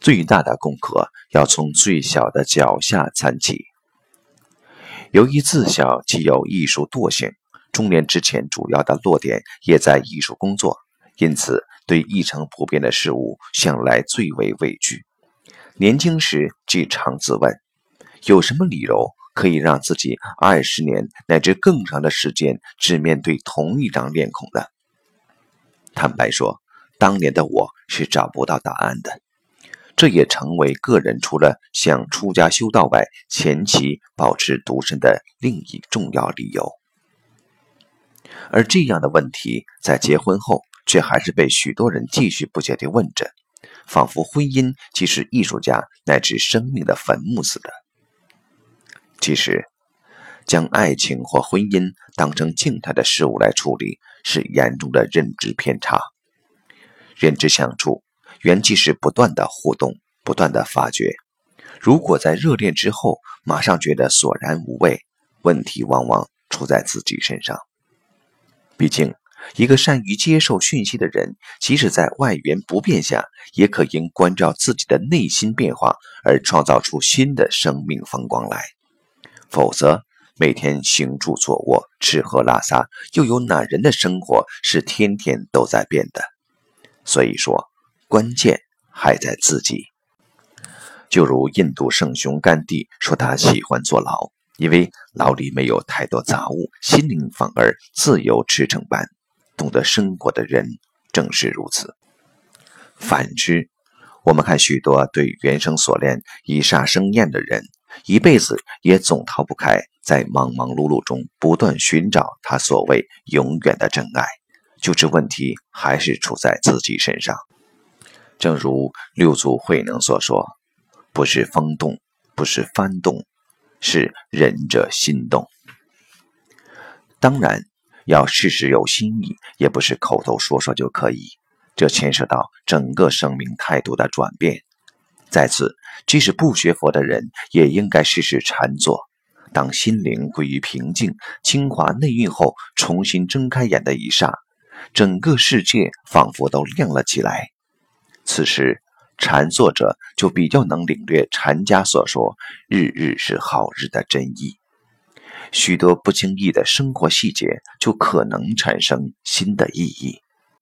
最大的功课要从最小的脚下参起。由于自小既有艺术惰性，中年之前主要的落点也在艺术工作，因此对一成不变的事物向来最为畏惧。年轻时即常自问，有什么理由可以让自己20年乃至更长的时间只面对同一张脸孔呢？坦白说，当年的我是找不到答案的，这也成为个人除了想出家修道外，前期保持独身的另一重要理由。而这样的问题在结婚后却还是被许多人继续不解地问着，仿佛婚姻既是艺术家乃至生命的坟墓似的。其实将爱情或婚姻当成静态的事物来处理，是严重的认知偏差。人之相处原即是不断的互动，不断的发掘。如果在热恋之后马上觉得索然无味，问题往往出在自己身上。毕竟一个善于接受讯息的人，即使在外缘不变下，也可因关照自己的内心变化而创造出新的生命风光来。否则每天行住坐卧，吃喝拉撒，又有哪人的生活是天天都在变的？所以说关键还在自己。就如印度圣雄甘地说，他喜欢坐牢，因为牢里没有太多杂物，心灵反而自由驰骋般。懂得生活的人正是如此。反之，我们看许多对原生所恋以煞生厌的人，一辈子也总逃不开在忙忙碌碌中不断寻找他所谓永远的真爱，就是问题还是出在自己身上。正如六祖慧能所说，不是风动，不是幡动，是仁者心动。当然要事事有心意，也不是口头说说就可以，这牵涉到整个生命态度的转变。在此，即使不学佛的人也应该试试禅坐，当心灵归于平静，清华内蕴后重新睁开眼的一刹，整个世界仿佛都亮了起来。此时禅坐者就比较能领略禅家所说日日是好日的真意，许多不经意的生活细节就可能产生新的意义。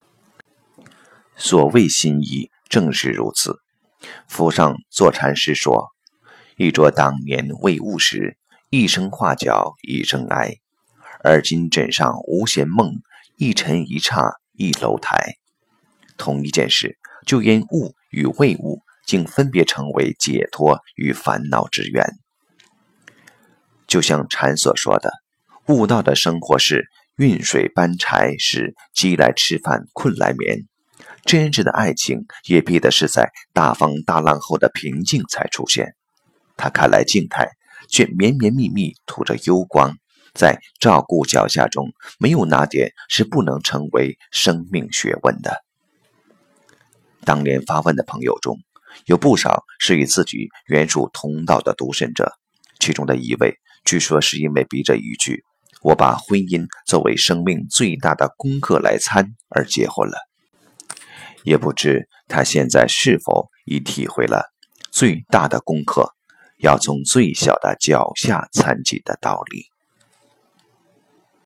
所谓心意正是如此。府上坐禅师说，一着当年未悟时，一声画角一声哀，而今枕上无闲梦，一尘一刹一楼台。同一件事，就因悟与未悟，竟分别成为解脱与烦恼之源。就像禅所说的，悟道的生活是运水搬柴，是饥来吃饭，困来眠。真挚的爱情也必得是在大风大浪后的平静才出现，它看来静态，却绵绵密密吐着幽光，在照顾脚下中，没有哪点是不能成为生命学问的。当年发问的朋友中，有不少是与自己原属同道的独身者，其中的一位据说是因为逼着一句我把婚姻作为生命最大的功课来参而结婚了。也不知他现在是否已体会了最大的功课要从最小的脚下参起的道理。